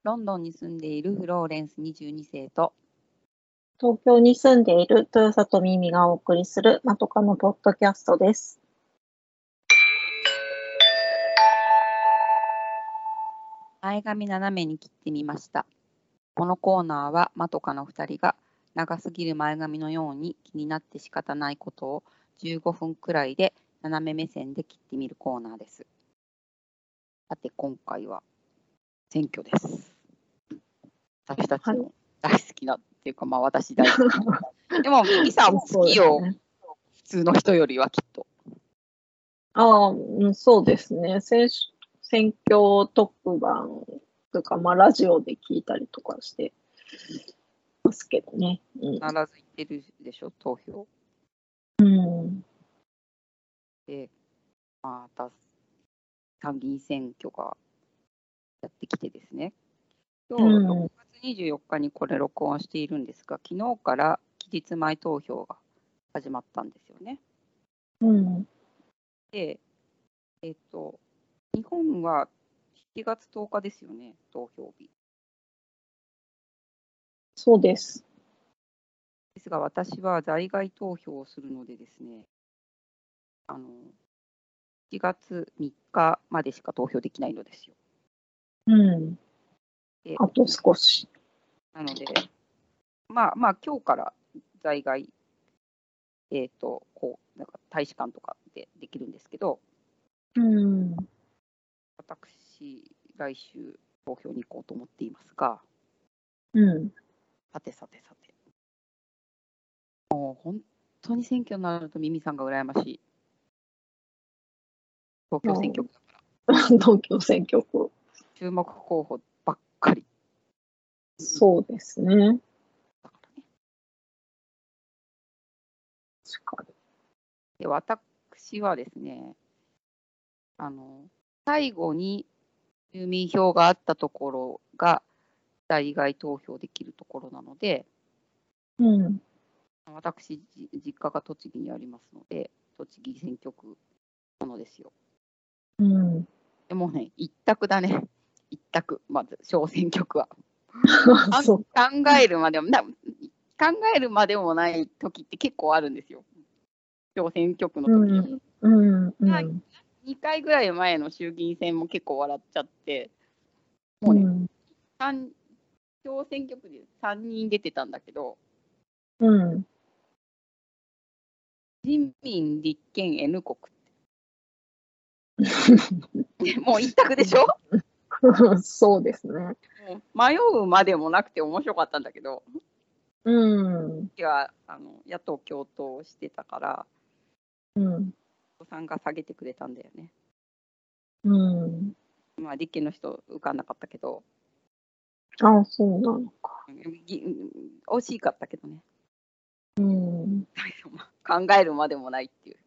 ロンドンに住んでいるフローレンス22世と、 東京に住んでいる豊里ミミがお送りするまとかのポッドキャストです。 前髪斜めに切ってみました。このコーナーはまとかの2人が長すぎる前髪のように気になって仕方ないことを15分くらいで斜め目線で切ってみるコーナーです。さて今回は選挙です。私たちの大好きな、っていうか私大好き。でもミミさんも好きよ、普通の人よりはきっと。 そうですね。選挙特番とか、ラジオで聞いたりとかしてますけどね。 必ず行ってるでしょ、投票。で、また参議院選挙がやってきてですね。今日6月24日にこれ録音しているんですが、昨日から期日前投票が始まったんですよね。で、日本は7月10日ですよね、投票日。 そうです。 ですが、私は在外投票をするのでですね、7月3日までしか投票できないのですよ。 あと少し。 なので、今日から在外、なんか大使館とかでできるんですけど、私、来週投票に行こうと思っていますが、さて。もう本当に選挙になるとミミさんが羨ましい。東京選挙区だから。 東京選挙区。 注目候補ばっかり。 そうですね。 だからね。 確かに。 で、私はですね、最後に住民票があったところが在外投票できるところなので、私、実家が栃木にありますので、栃木選挙区なのですよ。でもね、一択だね。一択、まず小選挙区は。考えるまでもない時って結構あるんですよ。小選挙区の時。2回ぐらい前の衆議院選も結構笑っちゃって、もうね、小選挙区で3人出てたんだけど、自民、立憲、N 国ってもう一択でしょ。 そうですね。 もう迷うまでもなくて面白かったんだけど、は野党共闘してたから、おさんが下げてくれたんだよね。立憲の人受かんなかったけど。 そうなのか。 惜しかったけどね。考えるまでもないっていう。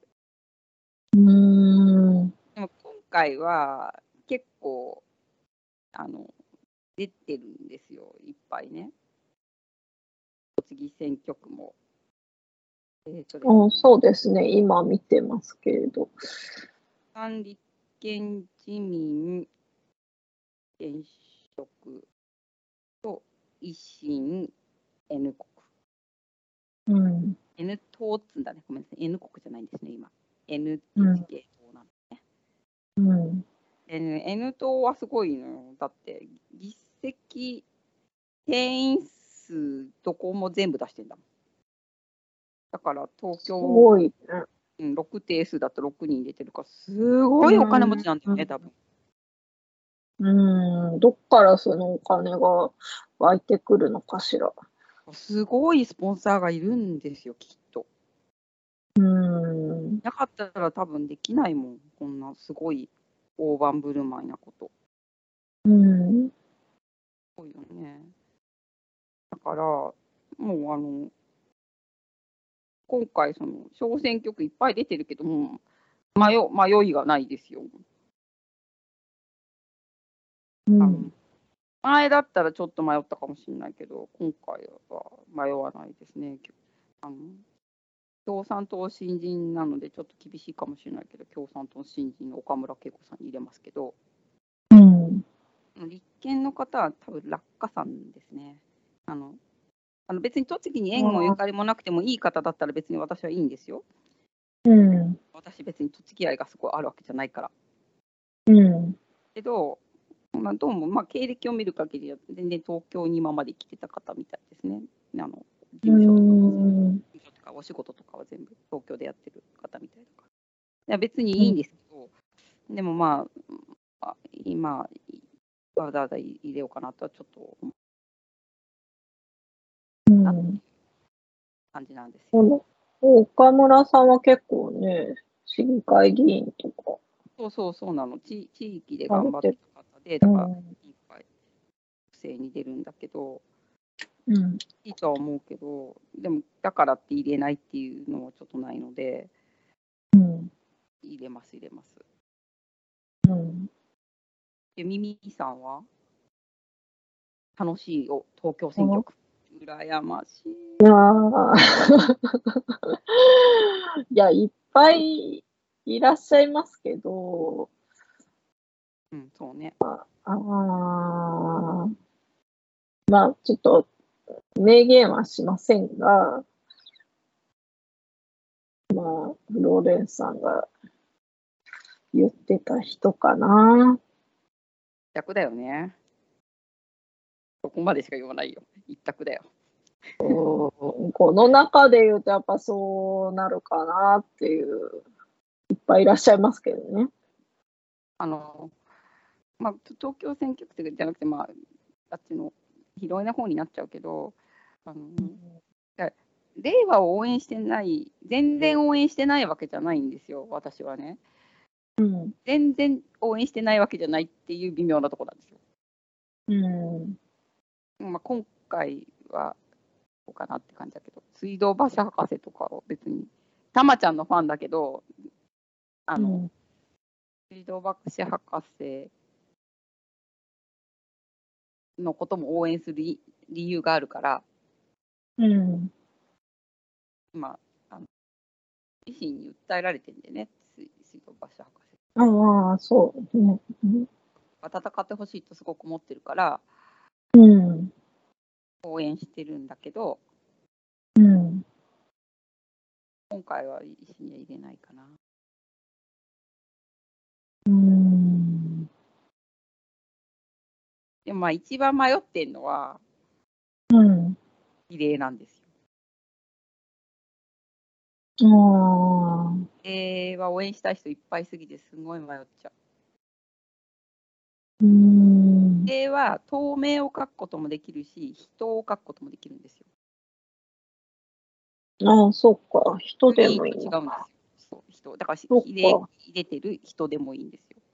でも今回は結構出てるんですよ、いっぱいね。栃木選挙区も。 そうですね、今見てますけれど。 立憲、自民、現職と維新、N 国。N 党っつんだね。ごめんなさい。N 国じゃないんですね、今。NHK 党なんですね。N 党はすごいのよ。だって、議席、定員数、どこも全部出してんだもん。だから、東京、6定数だと6人入れてるから、すごいお金持ちなんだよね、多分。 どっからそのお金が湧いてくるのかしら。 すごいスポンサーがいるんですよ、きっと。なかったら多分できないもん、こんなすごい大盤振る舞いなこと。そうよね。だから、もう今回その小選挙区いっぱい出てるけども、迷いがないですよ。前だったらちょっと迷ったかもしれないけど、今回は迷わないですね。共産党新人なのでちょっと厳しいかもしれないけど、共産党新人の岡村恵子さんに入れますけど、 立憲の方は多分落下さんですね。別に栃木に縁もゆかりもなくてもいい方だったら別に私はいいんですよ。 うん。 私別に栃木愛がすごいあるわけじゃないから。 うん。 けど、どうも、経歴を見る限りは全然東京に今まで来てた方みたいですね。事務所とか事務所とかお仕事とかは全部東京でやってる方みたいだから。いや別にいいんですけど、でも今、わざわざ入れようかなとはちょっと思ったっていう感じなんですよ。 岡村さんは結構ね、市議会議員とか。 そうなの。地域で頑張ってる方で、だからいっぱい不正に出るんだけど、いいとは思うけど、でもだからって入れないっていうのはちょっとないので、入れます。で、ミミさんは楽しい東京選挙区。羨ましい。 いや、いっぱいいらっしゃいますけど、 そうね。 ちょっと明言はしませんが、フローレンスさんが言ってた人かな。 逆だよね。そこまでしか言わないよ。一択だよ。 この中で言うとやっぱそうなるかなっていう、いっぱいいらっしゃいますけどね。 東京選挙区じゃなくて、あっちの広いな方になっちゃうけど、令和を応援してない、全然応援してないわけじゃないんですよ、私はね。全然応援してないわけじゃないっていう微妙なところなんですよ。今回はどうかなって感じだけど、水道橋博士とかを別に、たまちゃんのファンだけど、水道橋博士のことも応援する理由があるから、維新に訴えられてるんでね、水道橋博士。 そうね。 戦ってほしいとすごく思ってるから、応援してるんだけど、今回は維新には入れないかな。でも一番迷ってるのは、比例なんですよ。比例は応援したい人いっぱいすぎてすごい迷っちゃう。比例は透明を書くこともできるし、人を書くこともできるんですよ。 そうか。人でもいい。 違うんですよ。そう、人。だから比例入れてる人でもいいんですよ。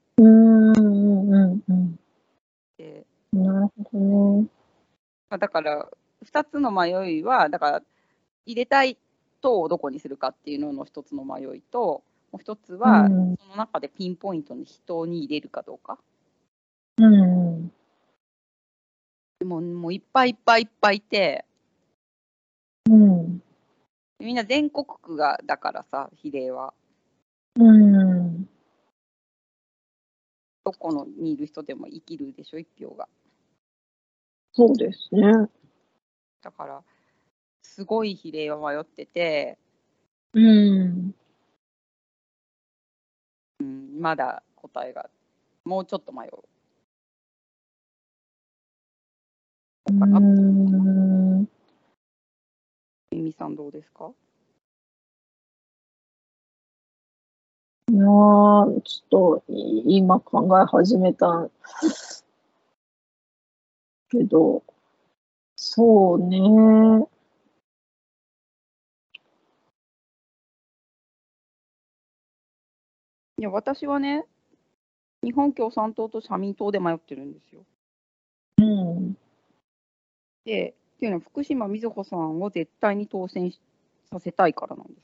で、 なるほどね。 だから2つの迷いは、だから入れたい党をどこにするかっていうのの一つの迷いと、もう一つは、その中でピンポイントに人に入れるかどうか。もういっぱいいて、みんな全国区だからさ、比例は。どこにいる人でも生きるでしょ、一票が。 そうですね。 だから、すごい比例は迷ってて、まだ答えが、もうちょっと迷う。かなって。ミミさんどうですか？ ちょっと今考え始めたけど、そうね。 いや、私はね、日本共産党と社民党で迷ってるんですよ。っていうのは、福島みずほさんを絶対に当選させたいからなんです。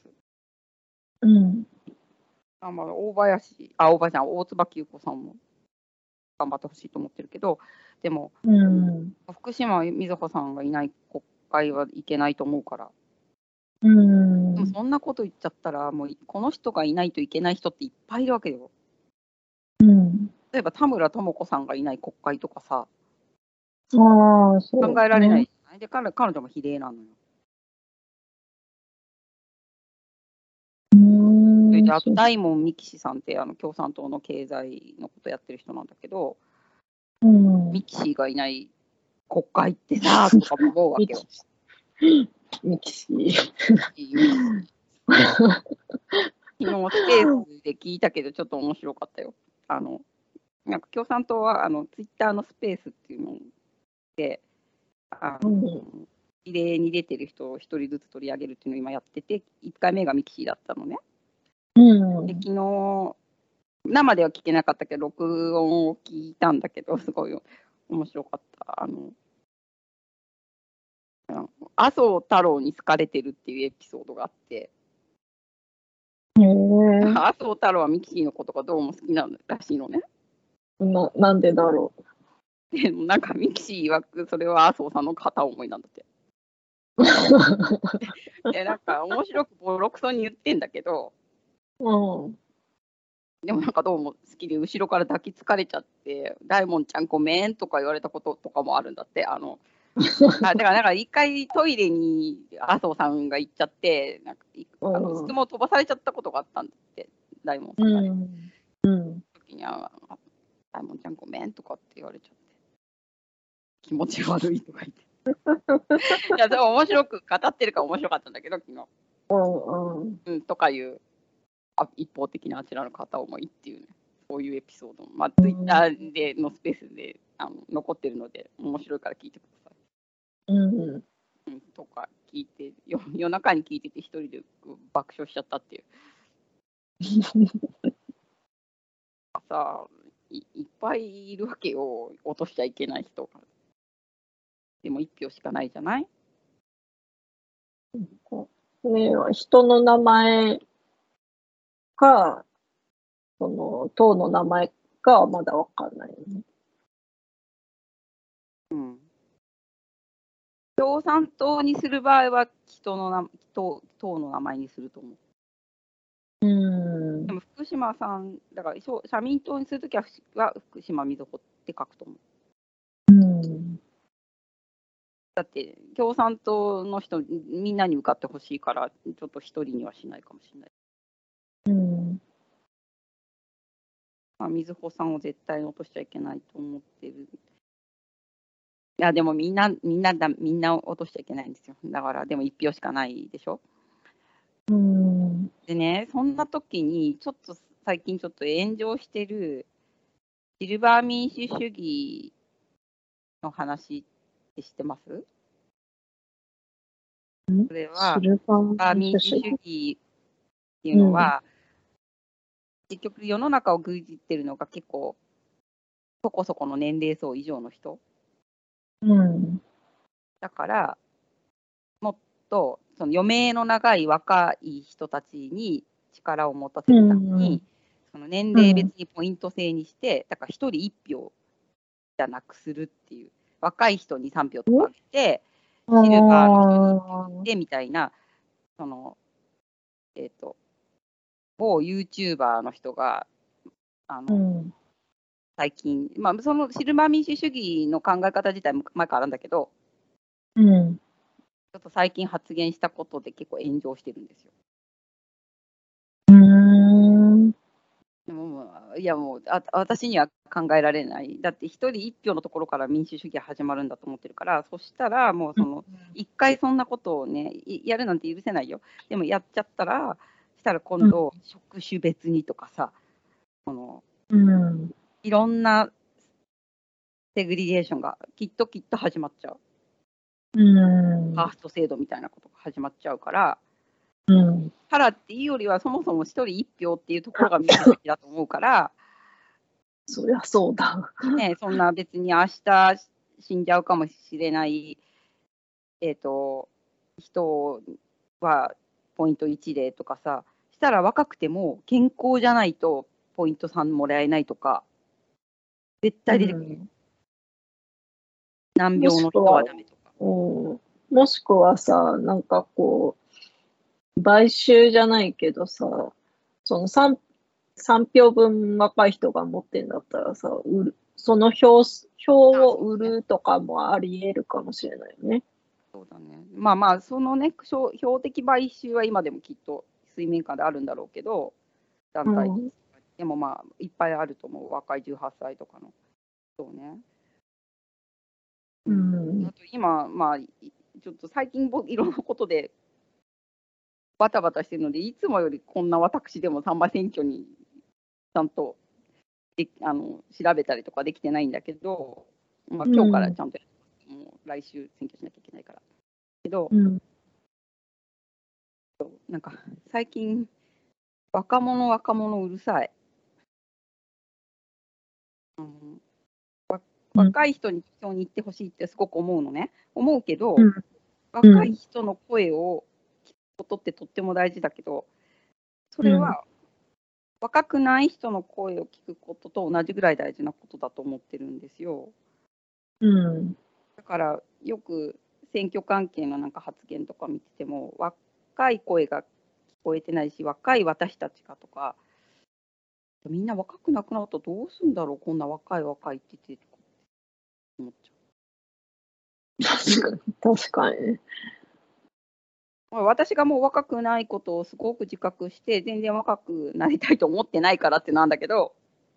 大椿優子さんも頑張ってほしいと思ってるけど、でも、福島みずほさんがいない国会はいけないと思うから。でもそんなこと言っちゃったら、もうこの人がいないといけない人っていっぱいいるわけよ。 例えば田村智子さんがいない国会とかさ、 そう考えられないじゃない。で、彼女も比例なのよ。で、あと大門幹氏さんって共産党の経済のことやってる人なんだけど、幹氏がいない国会ってさとか思うわけよ。 ミキシー。 昨日スペースで聞いたけどちょっと面白かったよ。なんか共産党はツイッターのスペースっていうので比例に出てる人を1人ずつ取り上げるっていうのを今やってて、1回目がミキシーだったのね。で昨日生では聞けなかったけど録音を聞いたんだけどすごい面白かった。麻生太郎に好かれてるっていうエピソードがあって、麻生太郎はミキシーのことがどうも好きならしいのね。 なんでだろう。でもなんかミキシー曰くそれは麻生さんの片思いなんだって。でなんか面白くボロクソに言ってんだけど、でもなんかどうも好きで後ろから抱きつかれちゃって「大門ちゃんごめん」とか言われたこととかもあるんだって。だからなんか一回トイレに麻生さんが行っちゃってなんか質問飛ばされちゃったことがあったんだって大門さんがね。時には「大門ちゃんごめん」とかって言われちゃって気持ち悪いとか言って。いやでも面白く語ってるから面白かったんだけど昨日。とかいう一方的なあちらの片思いっていうね、そういうエピソードも、ツイッターでのスペースで残ってるので面白いから聞いてください。とか聞いて夜中に聞いてて一人で爆笑しちゃったっていう。さいっぱいいるわけよ、落としちゃいけない人が。でも1票しかないじゃない。 人の名前かその党の名前かはまだ分かんないよね。 共産党にする場合は党の名前にすると思う。でも福島さんだから社民党にするときは福島みずほって書くと思う。だって共産党の人みんなに受かってほしいからちょっと一人にはしないかもしれない。みずほさんを絶対に落としちゃいけないと思ってる。いやでもみんな落としちゃいけないんですよ。だからでも1票しかないでしょ。でね、そんな時にちょっと最近ちょっと炎上してるシルバー民主主義の話って知ってます？それはシルバー民主主義っていうのは、結局世の中を牛耳ってるのが結構そこそこの年齢層以上の人。だからもっとその余命の長い若い人たちに力を持たせるために、その年齢別にポイント制にして、だから1人1票じゃなくするっていう、若い人に3票とかあげてシルバーの人に1票あげてみたいな、その某 YouTuber の人が最近、そのシルバー民主主義の考え方自体も前からあるんだけど、ちょっと最近発言したことで結構炎上してるんですよ。いやもう私には考えられない。だって1人1票のところから民主主義が始まるんだと思ってるから、そしたらもう1回そんなことをねやるなんて許せないよ。でもやっちゃったら今度職種別にとかさ、いろんなセグリゲーションがきっと始まっちゃう。カースト制度みたいなことが始まっちゃうから、からっていうよりはそもそも1人1票っていうところが見るべきだと思うから。 そりゃそうだ。 ね、そんな別に明日死んじゃうかもしれない人はポイント1でとかさ、したら若くても健康じゃないとポイント3もらえないとか絶対出てくる。難病の人はダメとか。 もしくはさ、なんかこう買収じゃないけどさ、その賛 3票分若い人が持ってんだったらさ、その票を売るとかもあり得るかもしれないよね。 そうだね。まあまあ、そのね、標的買収は今でもきっと水面下であるんだろうけど、団体、でもまあ、いっぱいあると思う、若い18歳とかの人ね。あと今、まあ、ちょっと最近いろんなことでバタバタしてるので、いつもよりこんな私でもサンバ選挙にちゃんと調べたりとかできてないんだけど、まあ、今日からちゃんと、もう来週選挙しなきゃいけないから。けど、なんか最近、若者うるさい。若い人に票に行ってほしいってすごく思うのね。思うけど、若い人の声を聞くことってとっても大事だけど、それは若くない人の声を聞くことと同じぐらい大事なことだと思ってるんですよ。だからよく選挙関係のなんか発言とか見てても、若い声が聞こえてないし、若い私たちがとか、みんな若くなくなるとどうすんだろう、こんな若いって言って思っちゃう。 確かに。 私がもう若くないことをすごく自覚して、全然若くなりたいと思ってないからってなんだけど、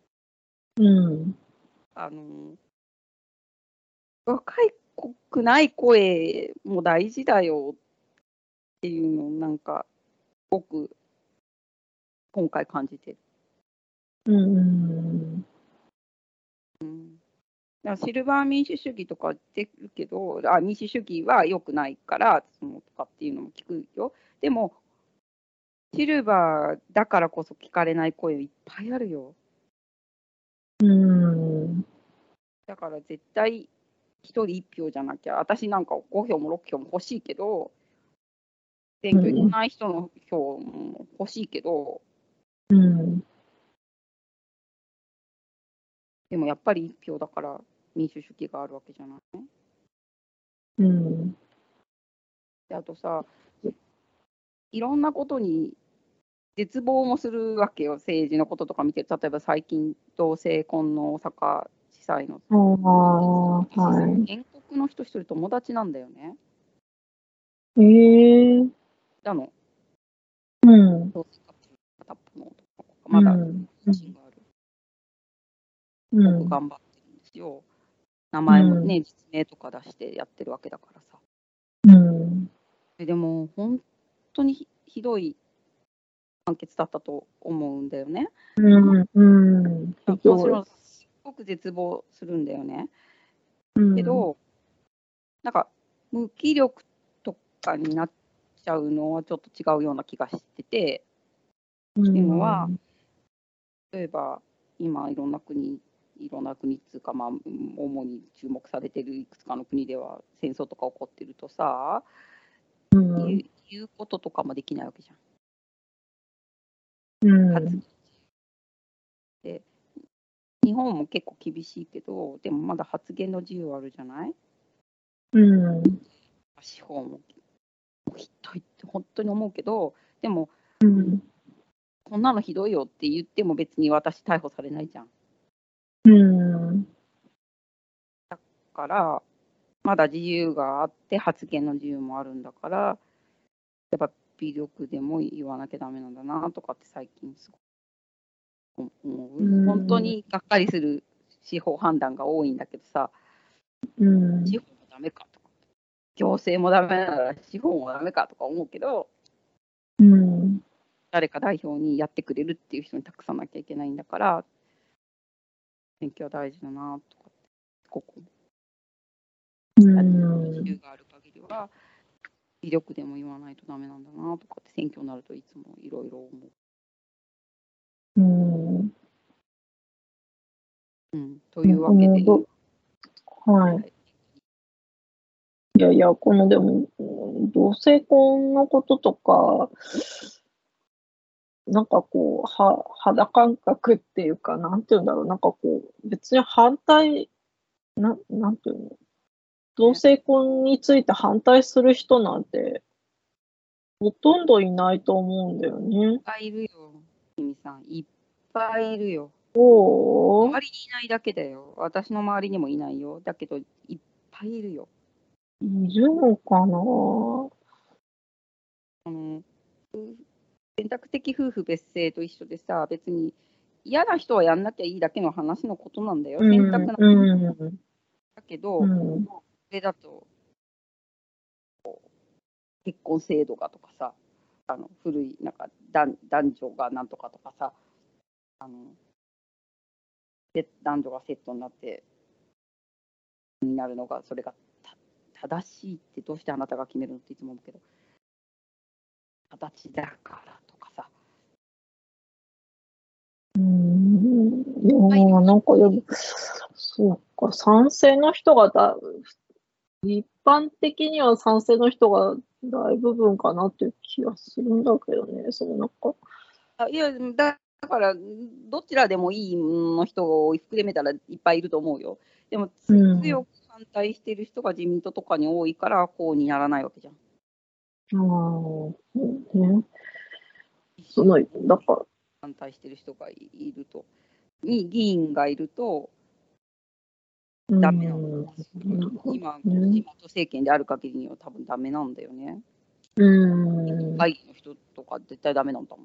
若くない声も大事だよっていうのをなんかすごく今回感じてる。シルバー民主主義とか言ってるけど、民主主義は良くないからとかっていうのも聞くよ。でもシルバーだからこそ聞かれない声いっぱいあるよ。だから絶対1人1票じゃなきゃ、私なんか5票も6票も欲しいけど、選挙行かない人の票も欲しいけど、でもやっぱり1票だから民主主義があるわけじゃない。であとさ、いろんなことに絶望もするわけよ、政治のこととか見て、例えば最近、同性婚の大阪地裁の。原告の人一人友達なんだよね。だの。同性カップル片っぽの男がまだ写真がある。僕頑張ってるんですよ。名前もね、実名とか出してやってるわけだからさ。でも本当にひどい判決だったと思うんだよね。もちろんすごく絶望するんだよね。けど、なんか無気力とかになっちゃうのはちょっと違うような気がしてて、っていうのは、例えば今いろんな国っていうか、まあ、主に注目されてるいくつかの国では戦争とか起こってるとさ、言うこととかもできないわけじゃん。で日本も結構厳しいけど、でもまだ発言の自由あるじゃない。司法もひどいって本当に思うけど、でも、こんなのひどいよって言っても別に私逮捕されないじゃん。だからまだ自由があって発言の自由もあるんだから、やっぱ微力でも言わなきゃダメなんだなとかって最近すごく思う。本当にがっかりする司法判断が多いんだけどさ、司法もダメかとか、行政もダメなら司法もダメかとか思うけど、誰か代表にやってくれるっていう人に託さなきゃいけないんだから、選挙は大事だなとかってここ自由がある限りは微力でも言わないとダメなんだなとかって選挙になるといつもいろいろ思う。というわけで、 いや、このでも同性婚のこととか、なんかこう肌感覚っていうか、なんていうんだろう、なんかこう別に反対なんていうの、同性婚について反対する人なんてほとんどいないと思うんだよね。 いるよ、君さん、いっぱいいるよ。 お周りにいないだけだよ。私の周りにもいないよ。だけど、いっぱいいるよ。 いるのかな。 選択的夫婦別姓と一緒でさ、別に嫌な人はやんなきゃいいだけの話のことなんだよ。選択なんだけど、それだと、結婚制度がとかさ、古いなんか男女がなんとかとかさ、男女がセットになってになるのが、それが正しいってどうしてあなたが決めるのっていつも思うけど、形だからとかさ。 なんかそうか、賛成の人が一般的には賛成の人が大部分かなっていう気がするんだけどね、なんか。 いや、だからどちらでもいいの人を含めたらいっぱいいると思うよ。でも強く反対してる人が自民党とかに多いからこうにならないわけじゃん。 だから反対してる人がいると、議員がいるとダメなの。今自民党政権である限りには多分ダメなんだよね。会議の人とか絶対ダメなんだもん。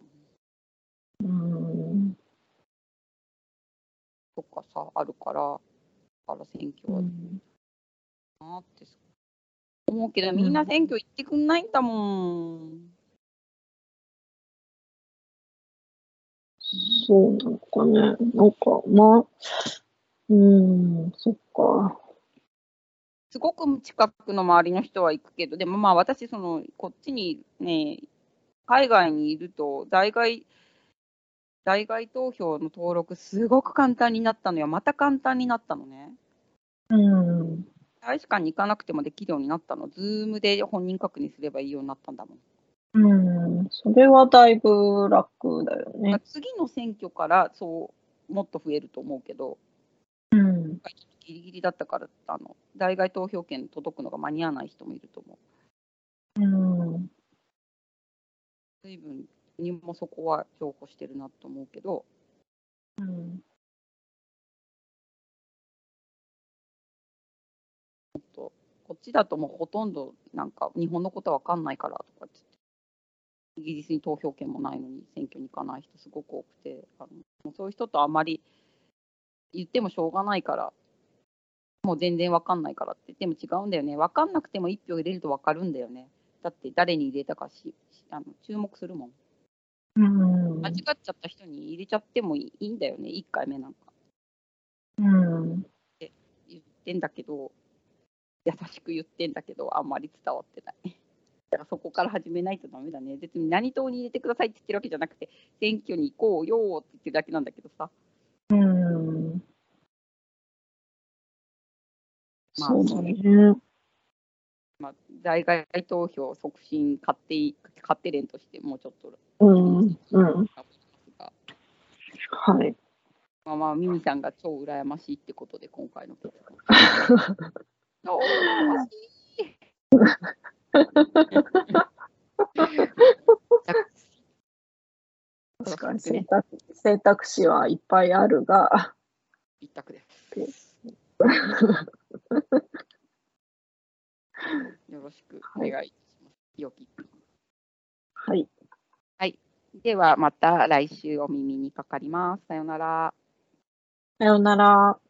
とかさ、あるから、選挙はなって思うけど、みんな選挙行ってくんないんだもん。 そうなのかね。なんか、そっか。 すごく近くの周りの人は行くけど、でも私、こっちにね、海外にいると、在外投票の登録、すごく簡単になったのよ。また簡単になったのね。大使館に行かなくてもできるようになったの。Zoom で本人確認すればいいようになったんだもん。 それはだいぶ楽だよね。 次の選挙からもっと増えると思うけど、ギリギリだったから在外投票権届くのが間に合わない人もいると思う。随分国もそこは譲歩してるなと思うけど、こっちだともうほとんどなんか日本のことわかんないからとかってイギリスに投票権もないのに選挙に行かない人すごく多くて、もうそういう人とあまり言ってもしょうがないから、もう全然わかんないからって言っても違うんだよね。わかんなくても1票入れるとわかるんだよね。だって誰に入れたか注目するもん。間違っちゃった人に入れちゃってもいいんだよね、1回目なんか。って言ってんだけど、優しく言ってんだけど、あんまり伝わってない。だからそこから始めないとダメだね。別に何党に入れてくださいって言ってるわけじゃなくて、選挙に行こうよって言ってるだけなんだけどさ。 そうだね。 在外投票促進勝手連としてもうちょっと。 はい。 ミミさんが超羨ましいってことで、今回の結論。超羨ましい。 確かに選択肢はいっぱいあるが。 一択です。よろしくお願いします。よき。 はい。 はい。ではまた来週お耳にかかります。さようなら。 さようなら。